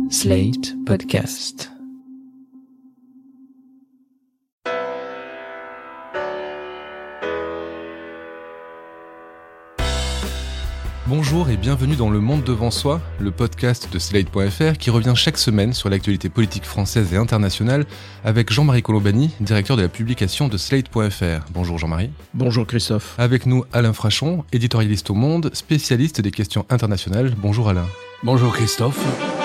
Slate Podcast. Bonjour et bienvenue dans Le Monde devant soi, le podcast de Slate.fr qui revient chaque semaine sur l'actualité politique française et internationale avec Jean-Marie Colombani, directeur de la publication de Slate.fr. Bonjour Jean-Marie. Bonjour Christophe. Avec nous Alain Frachon, éditorialiste au Monde, spécialiste des questions internationales. Bonjour Alain. Bonjour Christophe.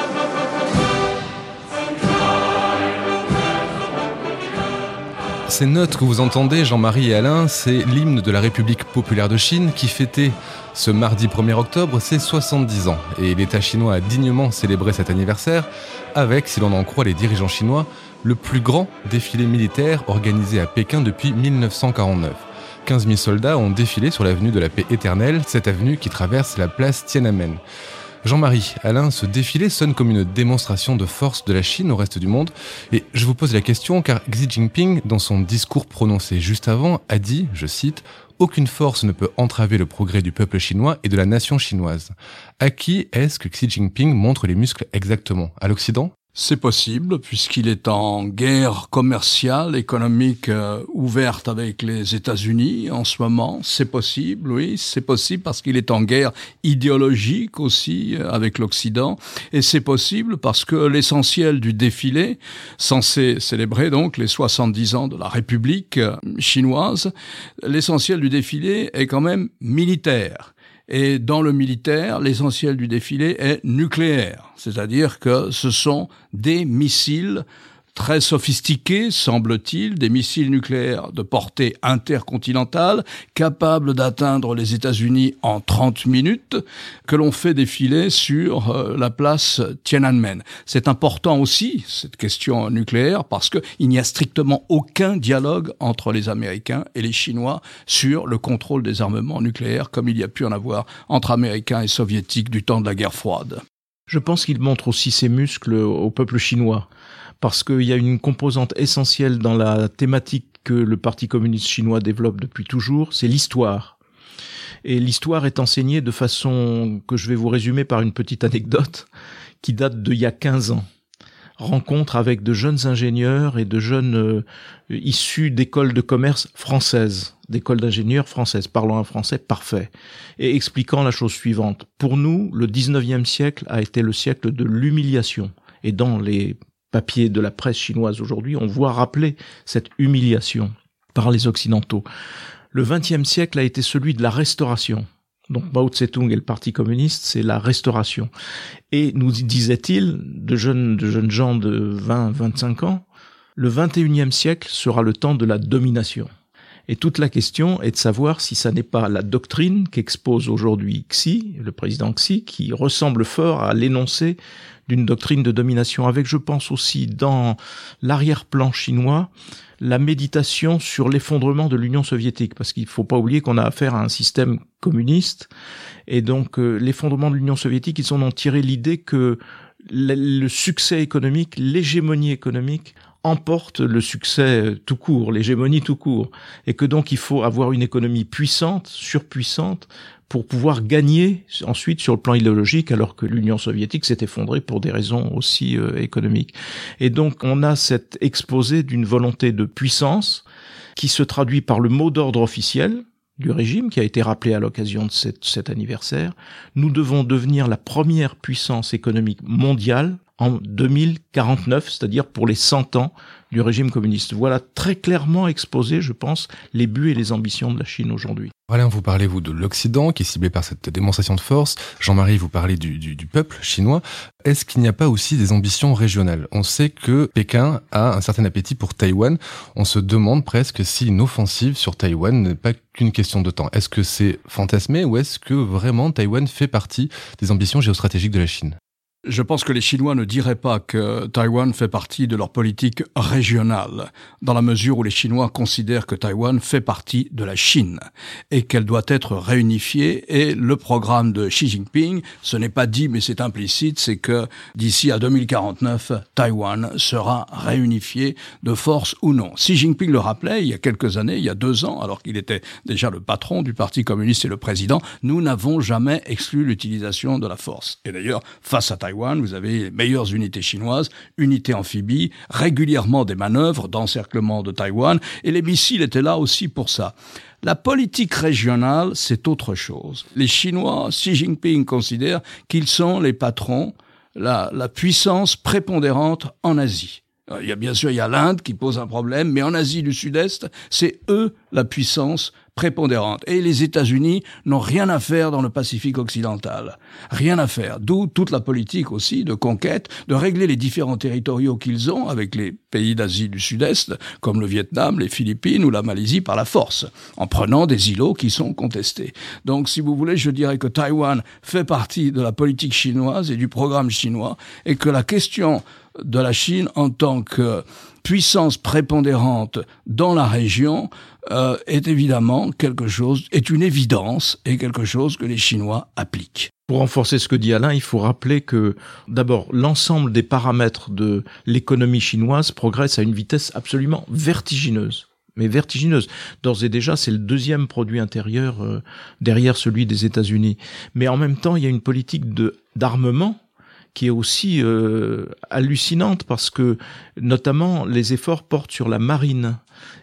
Ces notes que vous entendez, Jean-Marie et Alain, c'est l'hymne de la République populaire de Chine qui fêtait ce mardi 1er octobre ses 70 ans. Et l'État chinois a dignement célébré cet anniversaire avec, si l'on en croit les dirigeants chinois, le plus grand défilé militaire organisé à Pékin depuis 1949. 15 000 soldats ont défilé sur l'avenue de la Paix éternelle, cette avenue qui traverse la place Tiananmen. Jean-Marie, Alain, ce défilé sonne comme une démonstration de force de la Chine au reste du monde. Et je vous pose la question car Xi Jinping, dans son discours prononcé juste avant, a dit, je cite, « Aucune force ne peut entraver le progrès du peuple chinois et de la nation chinoise ». À qui est-ce que Xi Jinping montre les muscles exactement ? À l'Occident ? C'est possible, puisqu'il est en guerre commerciale, économique ouverte avec les États-Unis en ce moment. C'est possible, oui, c'est possible parce qu'il est en guerre idéologique aussi avec l'Occident. Et c'est possible parce que l'essentiel du défilé, censé célébrer donc les 70 ans de la République chinoise, l'essentiel du défilé est quand même militaire. Et dans le militaire, l'essentiel du défilé est nucléaire. C'est-à-dire que ce sont des missiles très sophistiqués, semble-t-il, des missiles nucléaires de portée intercontinentale, capables d'atteindre les États-Unis en 30 minutes, que l'on fait défiler sur la place Tiananmen. C'est important aussi, cette question nucléaire, parce qu'il n'y a strictement aucun dialogue entre les Américains et les Chinois sur le contrôle des armements nucléaires, comme il y a pu en avoir entre Américains et Soviétiques du temps de la guerre froide. Je pense qu'il montre aussi ses muscles au peuple chinois. Parce qu'il y a une composante essentielle dans la thématique que le Parti communiste chinois développe depuis toujours, c'est l'histoire. Et l'histoire est enseignée de façon que je vais vous résumer par une petite anecdote qui date d'il y a 15 ans. Rencontre avec de jeunes ingénieurs et de jeunes issus d'écoles de commerce françaises, d'écoles d'ingénieurs françaises, parlant un français parfait, et expliquant la chose suivante. Pour nous, le 19e siècle a été le siècle de l'humiliation. Et dans les papier de la presse chinoise aujourd'hui, on voit rappeler cette humiliation par les Occidentaux. Le XXe siècle a été celui de la restauration. Donc Mao Tse-tung et le Parti communiste, c'est la restauration. Et nous disait-il, de jeunes gens de 20-25 ans, le XXIe siècle sera le temps de la domination. Et toute la question est de savoir si ça n'est pas la doctrine qu'expose aujourd'hui Xi, le président Xi, qui ressemble fort à l'énoncé d'une doctrine de domination, avec, je pense aussi, dans l'arrière-plan chinois, la méditation sur l'effondrement de l'Union soviétique, parce qu'il ne faut pas oublier qu'on a affaire à un système communiste, et donc l'effondrement de l'Union soviétique, ils en ont tiré l'idée que le succès économique, l'hégémonie économique, emporte le succès tout court, l'hégémonie tout court, et que donc il faut avoir une économie puissante, surpuissante, pour pouvoir gagner ensuite sur le plan idéologique, alors que l'Union soviétique s'est effondrée pour des raisons aussi économiques. Et donc on a cet exposé d'une volonté de puissance qui se traduit par le mot d'ordre officiel du régime, qui a été rappelé à l'occasion de cet anniversaire. Nous devons devenir la première puissance économique mondiale en 2049, c'est-à-dire pour les 100 ans du régime communiste. Voilà très clairement exposé, je pense, les buts et les ambitions de la Chine aujourd'hui. Alain, vous parlez, vous, de l'Occident, qui est ciblé par cette démonstration de force. Jean-Marie, vous parlez du peuple chinois. Est-ce qu'il n'y a pas aussi des ambitions régionales ? On sait que Pékin a un certain appétit pour Taïwan. On se demande presque si une offensive sur Taïwan n'est pas qu'une question de temps. Est-ce que c'est fantasmé ou est-ce que vraiment Taïwan fait partie des ambitions géostratégiques de la Chine ? Je pense que les Chinois ne diraient pas que Taïwan fait partie de leur politique régionale, dans la mesure où les Chinois considèrent que Taïwan fait partie de la Chine et qu'elle doit être réunifiée. Et le programme de Xi Jinping, ce n'est pas dit mais c'est implicite, c'est que d'ici à 2049, Taïwan sera réunifié de force ou non. Xi Jinping le rappelait il y a quelques années, il y a 2 ans, alors qu'il était déjà le patron du Parti communiste et le président, nous n'avons jamais exclu l'utilisation de la force. Et d'ailleurs, face à Taïwan, Taïwan, vous avez les meilleures unités chinoises, unités amphibies, régulièrement des manœuvres d'encerclement de Taïwan, et les missiles étaient là aussi pour ça. La politique régionale, c'est autre chose. Les Chinois, Xi Jinping considère qu'ils sont les patrons, la puissance prépondérante en Asie. Bien sûr, il y a l'Inde qui pose un problème, mais en Asie du Sud-Est, c'est eux la puissance prépondérante. Et les États-Unis n'ont rien à faire dans le Pacifique occidental. Rien à faire. D'où toute la politique aussi de conquête, de régler les différents territoriaux qu'ils ont avec les pays d'Asie du Sud-Est, comme le Vietnam, les Philippines ou la Malaisie par la force, en prenant des îlots qui sont contestés. Donc, si vous voulez, je dirais que Taïwan fait partie de la politique chinoise et du programme chinois, et que la question de la Chine en tant que puissance prépondérante dans la région est évidemment est une évidence et quelque chose que les Chinois appliquent. Pour renforcer ce que dit Alain, il faut rappeler que, d'abord, l'ensemble des paramètres de l'économie chinoise progresse à une vitesse absolument vertigineuse. Mais vertigineuse. D'ores et déjà, c'est le deuxième produit intérieur derrière celui des États-Unis. Mais en même temps, il y a une politique d'armement qui est aussi hallucinante parce que, notamment, les efforts portent sur la marine.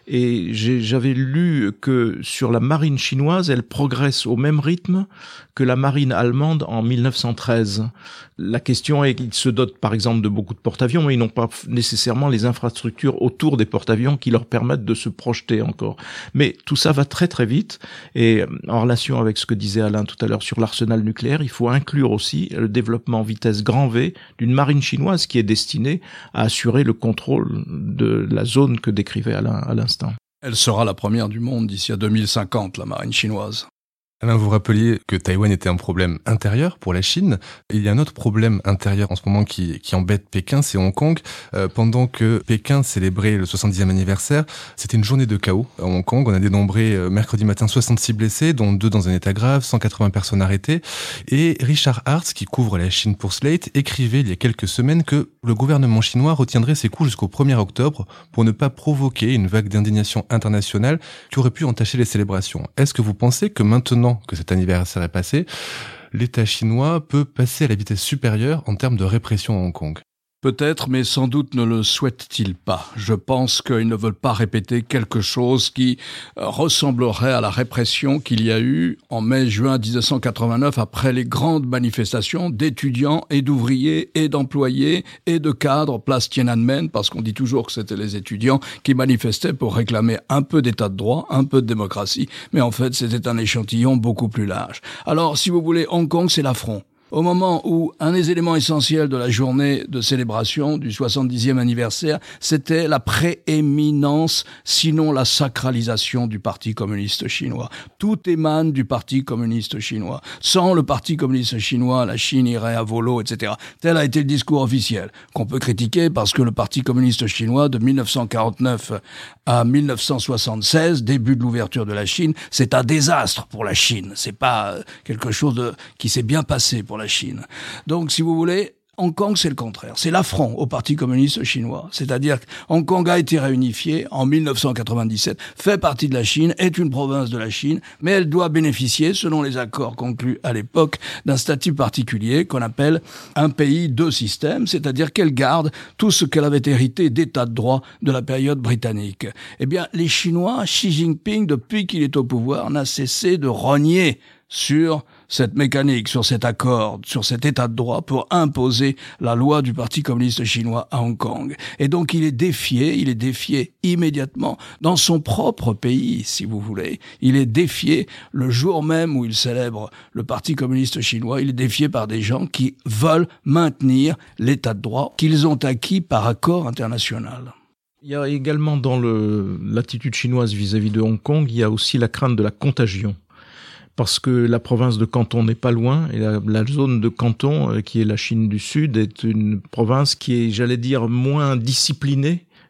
Et j'avais lu que sur la marine chinoise, elle progresse au même rythme que la marine allemande en 1913. La question est qu'ils se dotent par exemple de beaucoup de porte-avions, mais ils n'ont pas nécessairement les infrastructures autour des porte-avions qui leur permettent de se projeter encore. Mais tout ça va très très vite, et en relation avec ce que disait Alain tout à l'heure sur l'arsenal nucléaire, il faut inclure aussi le développement en vitesse grand V d'une marine chinoise qui est destinée à assurer le contrôle de la zone que décrivait Alain à l'instant. Elle sera la première du monde d'ici à 2050, la marine chinoise. Alain, vous rappeliez que Taïwan était un problème intérieur pour la Chine. Il y a un autre problème intérieur en ce moment qui embête Pékin, c'est Hong Kong. Pendant que Pékin célébrait le 70e anniversaire, c'était une journée de chaos à Hong Kong. On a dénombré mercredi matin 66 blessés, dont 2 dans un état grave, 180 personnes arrêtées. Et Richard Hartz, qui couvre la Chine pour Slate, écrivait il y a quelques semaines que le gouvernement chinois retiendrait ses coups jusqu'au 1er octobre pour ne pas provoquer une vague d'indignation internationale qui aurait pu entacher les célébrations. Est-ce que vous pensez que maintenant que cet anniversaire est passé, l'État chinois peut passer à la vitesse supérieure en termes de répression à Hong Kong? Peut-être, mais sans doute ne le souhaitent-ils pas. Je pense qu'ils ne veulent pas répéter quelque chose qui ressemblerait à la répression qu'il y a eu en mai-juin 1989 après les grandes manifestations d'étudiants et d'ouvriers et d'employés et de cadres place Tiananmen, parce qu'on dit toujours que c'était les étudiants qui manifestaient pour réclamer un peu d'état de droit, un peu de démocratie, mais en fait c'était un échantillon beaucoup plus large. Alors, si vous voulez, Hong Kong, c'est l'affront. Au moment où un des éléments essentiels de la journée de célébration du 70e anniversaire, c'était la prééminence, sinon la sacralisation du Parti communiste chinois. Tout émane du Parti communiste chinois. Sans le Parti communiste chinois, la Chine irait à volo, etc. Tel a été le discours officiel, qu'on peut critiquer parce que le Parti communiste chinois, de 1949 à 1976, début de l'ouverture de la Chine, c'est un désastre pour la Chine. C'est pas quelque chose qui s'est bien passé pour la Chine. Donc, si vous voulez, Hong Kong, c'est le contraire. C'est l'affront au Parti communiste chinois. C'est-à-dire que Hong Kong a été réunifié en 1997, fait partie de la Chine, est une province de la Chine, mais elle doit bénéficier, selon les accords conclus à l'époque, d'un statut particulier qu'on appelle un pays deux systèmes, c'est-à-dire qu'elle garde tout ce qu'elle avait hérité d'état de droit de la période britannique. Eh bien, les Chinois, Xi Jinping, depuis qu'il est au pouvoir, n'a cessé de rogner sur cette mécanique, sur cet accord, sur cet état de droit pour imposer la loi du Parti communiste chinois à Hong Kong. Et donc il est défié immédiatement dans son propre pays, si vous voulez. Il est défié le jour même où il célèbre le Parti communiste chinois. Il est défié par des gens qui veulent maintenir l'état de droit qu'ils ont acquis par accord international. Il y a également dans l'attitude chinoise vis-à-vis de Hong Kong, il y a aussi la crainte de la contagion. Parce que la province de Canton n'est pas loin, et la zone de Canton, qui est la Chine du Sud, est une province qui est, j'allais dire, moins disciplinée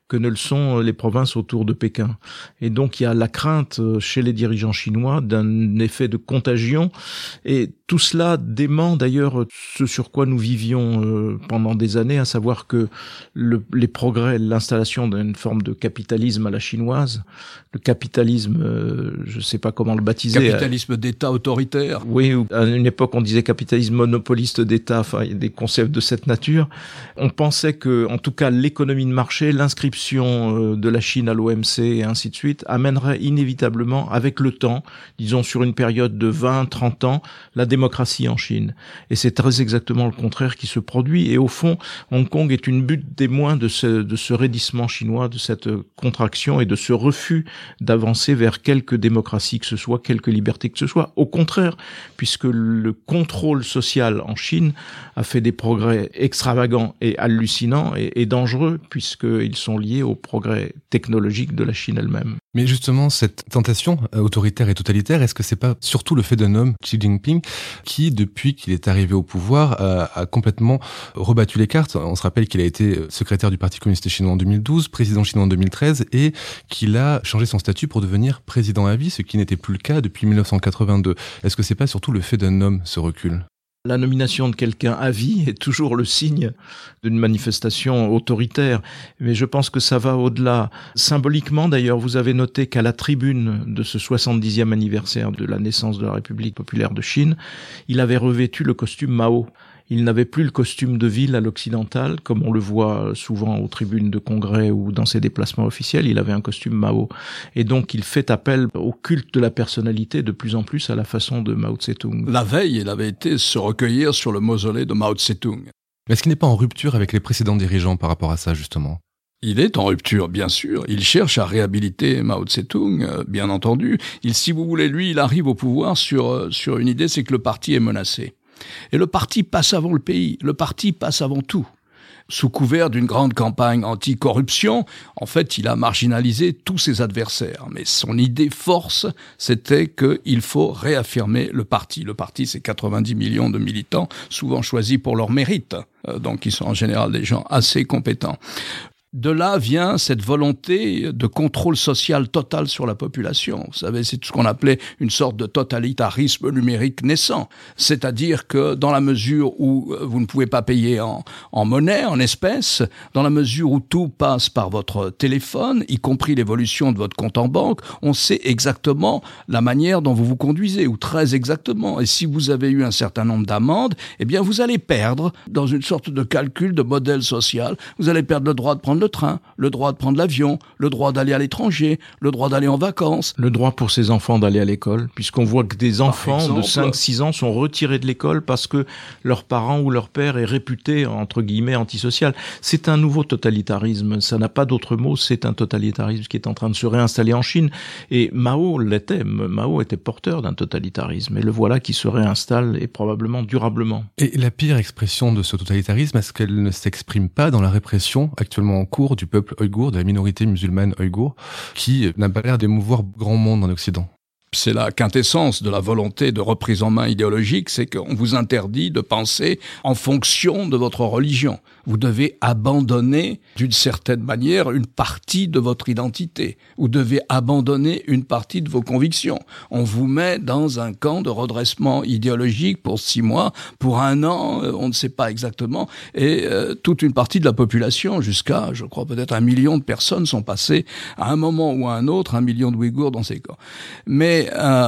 que ne le sont les provinces autour de Pékin. Et donc il y a la crainte chez les dirigeants chinois d'un effet de contagion, et tout cela dément d'ailleurs ce sur quoi nous vivions pendant des années, à savoir que les progrès, l'installation d'une forme de capitalisme à la chinoise, le capitalisme, je ne sais pas comment le baptiser. Capitalisme d'État autoritaire. Oui, à une époque on disait capitalisme monopoliste d'État, enfin il y a des concepts de cette nature. On pensait que, en tout cas, l'économie de marché, l'inscription de la Chine à l'OMC et ainsi de suite, amènerait inévitablement, avec le temps, disons sur une période de 20-30 ans, la démocratie en Chine. Et c'est très exactement le contraire qui se produit. Et au fond, Hong Kong est une butte témoin de ce raidissement chinois, de cette contraction et de ce refus d'avancer vers quelque démocratie que ce soit, quelque liberté que ce soit. Au contraire, puisque le contrôle social en Chine a fait des progrès extravagants et hallucinants et dangereux, puisqu'ils sont liés au progrès technologique de la Chine elle-même. Mais justement, cette tentation autoritaire et totalitaire, est-ce que c'est pas surtout le fait d'un homme, Xi Jinping, qui, depuis qu'il est arrivé au pouvoir, a complètement rebattu les cartes? On se rappelle qu'il a été secrétaire du Parti communiste chinois en 2012, président chinois en 2013, et qu'il a changé son statut pour devenir président à vie, ce qui n'était plus le cas depuis 1982. Est-ce que c'est pas surtout le fait d'un homme, ce recul? La nomination de quelqu'un à vie est toujours le signe d'une manifestation autoritaire, mais je pense que ça va au-delà. Symboliquement, d'ailleurs, vous avez noté qu'à la tribune de ce 70e anniversaire de la naissance de la République populaire de Chine, il avait revêtu le costume Mao. Il n'avait plus le costume de ville à l'occidental, comme on le voit souvent aux tribunes de congrès ou dans ses déplacements officiels. Il avait un costume Mao. Et donc, il fait appel au culte de la personnalité de plus en plus à la façon de Mao Tse-tung. La veille, il avait été se recueillir sur le mausolée de Mao Tse-tung. Mais est-ce qu'il n'est pas en rupture avec les précédents dirigeants par rapport à ça, justement? Il est en rupture, bien sûr. Il cherche à réhabiliter Mao Tse-tung, bien entendu. Si vous voulez, lui, il arrive au pouvoir sur une idée, c'est que le parti est menacé. Et le parti passe avant le pays, le parti passe avant tout. Sous couvert d'une grande campagne anti-corruption, en fait, il a marginalisé tous ses adversaires. Mais son idée force, c'était qu'il faut réaffirmer le parti. Le parti, c'est 90 millions de militants, souvent choisis pour leur mérite. Donc, ils sont en général des gens assez compétents. De là vient cette volonté de contrôle social total sur la population. Vous savez, c'est ce qu'on appelait une sorte de totalitarisme numérique naissant. C'est-à-dire que dans la mesure où vous ne pouvez pas payer en monnaie, en espèces, dans la mesure où tout passe par votre téléphone, y compris l'évolution de votre compte en banque, on sait exactement la manière dont vous vous conduisez, ou très exactement. Et si vous avez eu un certain nombre d'amendes, eh bien vous allez perdre, dans une sorte de calcul de modèle social, vous allez perdre le droit de prendre le train, le droit de prendre l'avion, le droit d'aller à l'étranger, le droit d'aller en vacances. Le droit pour ces enfants d'aller à l'école, puisqu'on voit que des enfants de 5-6 ans sont retirés de l'école parce que leurs parents ou leur père est réputé, entre guillemets, antisocial. C'est un nouveau totalitarisme, ça n'a pas d'autre mot, c'est un totalitarisme qui est en train de se réinstaller en Chine. Et Mao l'était, Mao était porteur d'un totalitarisme, et le voilà qui se réinstalle, et probablement durablement. Et la pire expression de ce totalitarisme, est-ce qu'elle ne s'exprime pas dans la répression actuellement en cours du peuple ouïghour, de la minorité musulmane ouïghour, qui n'a pas l'air d'émouvoir grand monde en Occident? C'est la quintessence de la volonté de reprise en main idéologique, c'est qu'on vous interdit de penser en fonction de votre religion. Vous devez abandonner, d'une certaine manière, une partie de votre identité. Vous devez abandonner une partie de vos convictions. On vous met dans un camp de redressement idéologique pour 6 mois, pour 1 an, on ne sait pas exactement, et toute une partie de la population, jusqu'à, je crois, peut-être 1 million de personnes sont passées à un moment ou à un autre, 1 million de Ouïghours dans ces camps. Mais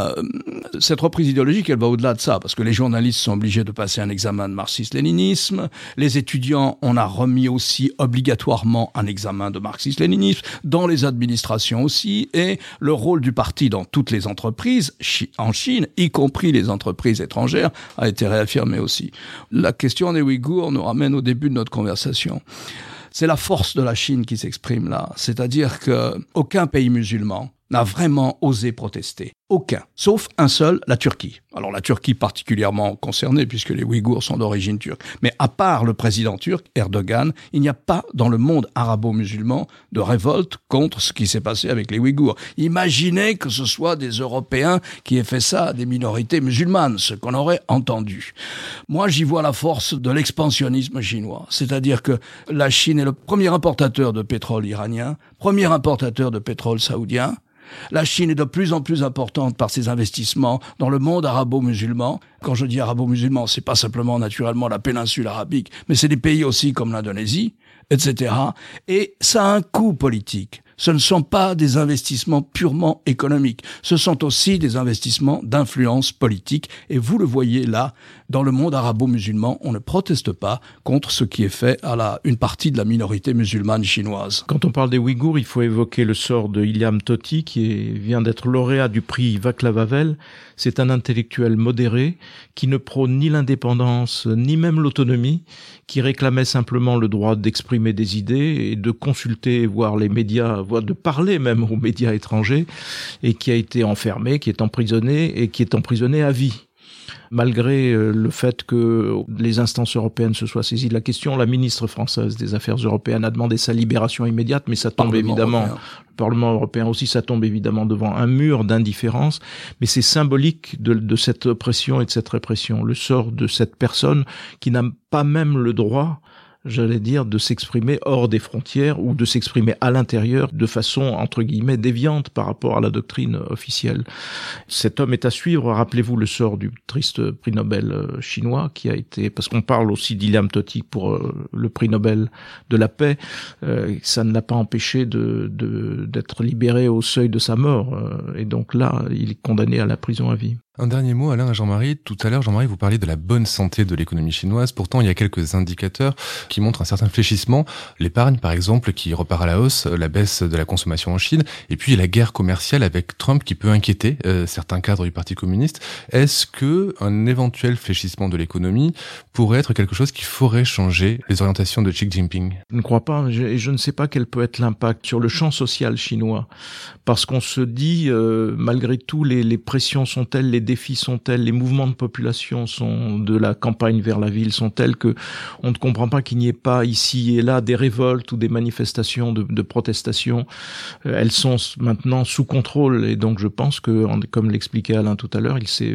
cette reprise idéologique, elle va au-delà de ça, parce que les journalistes sont obligés de passer un examen de marxisme-léninisme, les étudiants, on a remis aussi obligatoirement un examen de marxisme-léninisme, dans les administrations aussi, et le rôle du parti dans toutes les entreprises en Chine, y compris les entreprises étrangères, a été réaffirmé aussi. La question des Ouïghours nous ramène au début de notre conversation. C'est la force de la Chine qui s'exprime là, c'est-à-dire qu'aucun pays musulman n'a vraiment osé protester. Aucun, sauf un seul, la Turquie. Alors la Turquie particulièrement concernée puisque les Ouïghours sont d'origine turque. Mais à part le président turc, Erdogan, il n'y a pas dans le monde arabo-musulman de révolte contre ce qui s'est passé avec les Ouïghours. Imaginez que ce soit des Européens qui aient fait ça à des minorités musulmanes, ce qu'on aurait entendu. Moi, j'y vois la force de l'expansionnisme chinois. C'est-à-dire que la Chine est le premier importateur de pétrole iranien, premier importateur de pétrole saoudien. La Chine est de plus en plus importante par ses investissements dans le monde arabo-musulman. Quand je dis arabo-musulman, c'est pas simplement naturellement la péninsule arabique, mais c'est des pays aussi comme l'Indonésie, etc. Et ça a un coût politique. Ce ne sont pas des investissements purement économiques. Ce sont aussi des investissements d'influence politique. Et vous le voyez là, dans le monde arabo-musulman, on ne proteste pas contre ce qui est fait à une partie de la minorité musulmane chinoise. Quand on parle des Ouïghours, il faut évoquer le sort de Ilham Tohti, qui vient d'être lauréat du prix Václav Havel. C'est un intellectuel modéré qui ne prône ni l'indépendance, ni même l'autonomie, qui réclamait simplement le droit d'exprimer des idées et de consulter, voire les médias, voire de parler même aux médias étrangers, et qui a été enfermé, qui est emprisonné et qui est emprisonné à vie. Malgré le fait que les instances européennes se soient saisies de la question, la ministre française des Affaires européennes a demandé sa libération immédiate, mais ça tombe évidemment, le Parlement européen aussi, ça tombe évidemment devant un mur d'indifférence, mais c'est symbolique de cette oppression et de cette répression, le sort de cette personne qui n'a pas même le droit, j'allais dire, de s'exprimer hors des frontières ou de s'exprimer à l'intérieur de façon, entre guillemets, déviante par rapport à la doctrine officielle. Cet homme est à suivre. Rappelez-vous le sort du triste prix Nobel chinois qui a été, parce qu'on parle aussi d'Ilham Tohti pour le prix Nobel de la paix, ça ne l'a pas empêché d'être libéré au seuil de sa mort. Et donc là, il est condamné à la prison à vie. Un dernier mot, Alain et Jean-Marie. Tout à l'heure, Jean-Marie, vous parliez de la bonne santé de l'économie chinoise. Pourtant, il y a quelques indicateurs qui montrent un certain fléchissement. L'épargne, par exemple, qui repart à la hausse, la baisse de la consommation en Chine, et puis la guerre commerciale avec Trump qui peut inquiéter certains cadres du Parti communiste. Est-ce que un éventuel fléchissement de l'économie pourrait être quelque chose qui ferait changer les orientations de Xi Jinping? Je ne crois pas. Je ne sais pas quel peut être l'impact sur le champ social chinois. Parce qu'on se dit, malgré tout, les pressions sont telles, les défis sont tels, les mouvements de population sont de la campagne vers la ville sont tels que on ne comprend pas qu'il n'y ait pas ici et là des révoltes ou des manifestations de protestation. Elles sont maintenant sous contrôle et donc je pense que, comme l'expliquait Alain tout à l'heure,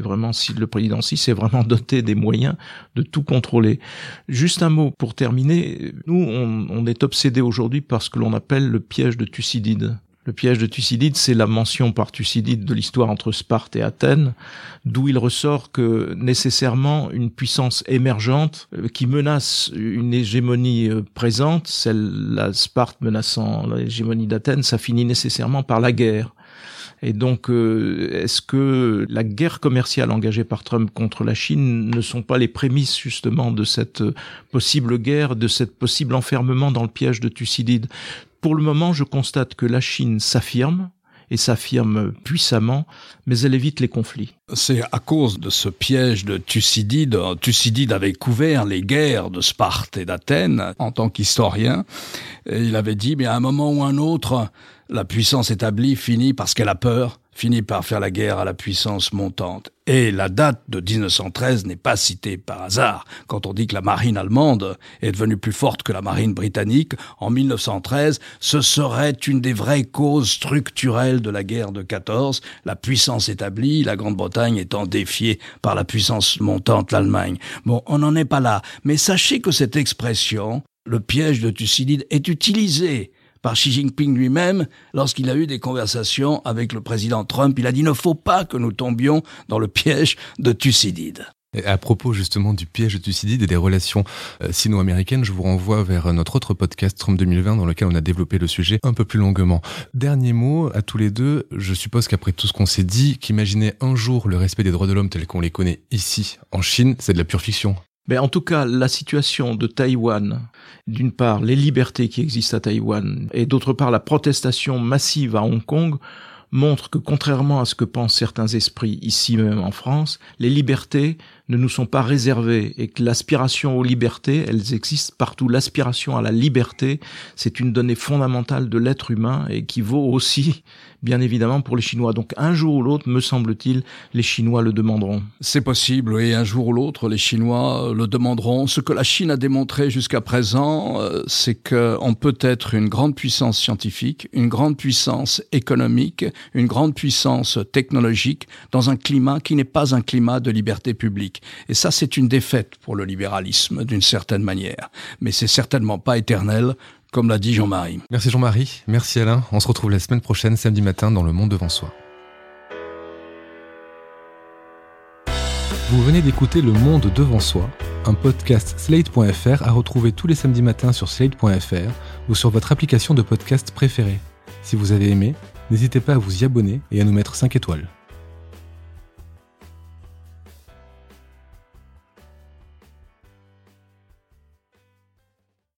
le président Xi s'est vraiment doté des moyens de tout contrôler. Juste un mot pour terminer. Nous, on est obsédés aujourd'hui par ce que l'on appelle le piège de Thucydide. Le piège de Thucydide, c'est la mention par Thucydide de l'histoire entre Sparte et Athènes, d'où il ressort que nécessairement une puissance émergente qui menace une hégémonie présente, la Sparte menaçant l'hégémonie d'Athènes, ça finit nécessairement par la guerre. Et donc, est-ce que la guerre commerciale engagée par Trump contre la Chine ne sont pas les prémices justement de cette possible guerre, de cette possible enfermement dans le piège de Thucydide? Pour le moment, je constate que la Chine s'affirme, et s'affirme puissamment, mais elle évite les conflits. C'est à cause de ce piège de Thucydide. Thucydide avait couvert les guerres de Sparte et d'Athènes en tant qu'historien. Et il avait dit, mais à un moment ou un autre, la puissance établie finit, parce qu'elle a peur, finit par faire la guerre à la puissance montante. Et la date de 1913 n'est pas citée par hasard. Quand on dit que la marine allemande est devenue plus forte que la marine britannique, en 1913, ce serait une des vraies causes structurelles de la guerre de 14, la puissance établie, la Grande-Bretagne étant défiée par la puissance montante, l'Allemagne. Bon, on n'en est pas là. Mais sachez que cette expression, le piège de Thucydide, est utilisée par Xi Jinping lui-même, lorsqu'il a eu des conversations avec le président Trump. Il a dit « il ne faut pas que nous tombions dans le piège de Thucydide ». Et à propos justement du piège de Thucydide et des relations sino-américaines, je vous renvoie vers notre autre podcast Trump 2020 dans lequel on a développé le sujet un peu plus longuement. Dernier mot à tous les deux, je suppose qu'après tout ce qu'on s'est dit, qu'imaginer un jour le respect des droits de l'homme tels qu'on les connaît ici, en Chine, c'est de la pure fiction. Mais en tout cas, la situation de Taïwan, d'une part, les libertés qui existent à Taïwan, et d'autre part, la protestation massive à Hong Kong, montre que contrairement à ce que pensent certains esprits ici même en France, les libertés ne nous sont pas réservées et que l'aspiration aux libertés, elles existent partout. L'aspiration à la liberté, c'est une donnée fondamentale de l'être humain et qui vaut aussi, bien évidemment, pour les Chinois. Donc un jour ou l'autre, me semble-t-il, les Chinois le demanderont. C'est possible, et un jour ou l'autre, les Chinois le demanderont. Ce que la Chine a démontré jusqu'à présent, c'est qu'on peut être une grande puissance scientifique, une grande puissance économique, une grande puissance technologique dans un climat qui n'est pas un climat de liberté publique. Et ça, c'est une défaite pour le libéralisme, d'une certaine manière. Mais c'est certainement pas éternel, comme l'a dit Jean-Marie. Merci Jean-Marie, merci Alain. On se retrouve la semaine prochaine, samedi matin, dans Le Monde devant soi. Vous venez d'écouter Le Monde devant soi, un podcast Slate.fr à retrouver tous les samedis matins sur Slate.fr ou sur votre application de podcast préférée. Si vous avez aimé, n'hésitez pas à vous y abonner et à nous mettre 5 étoiles.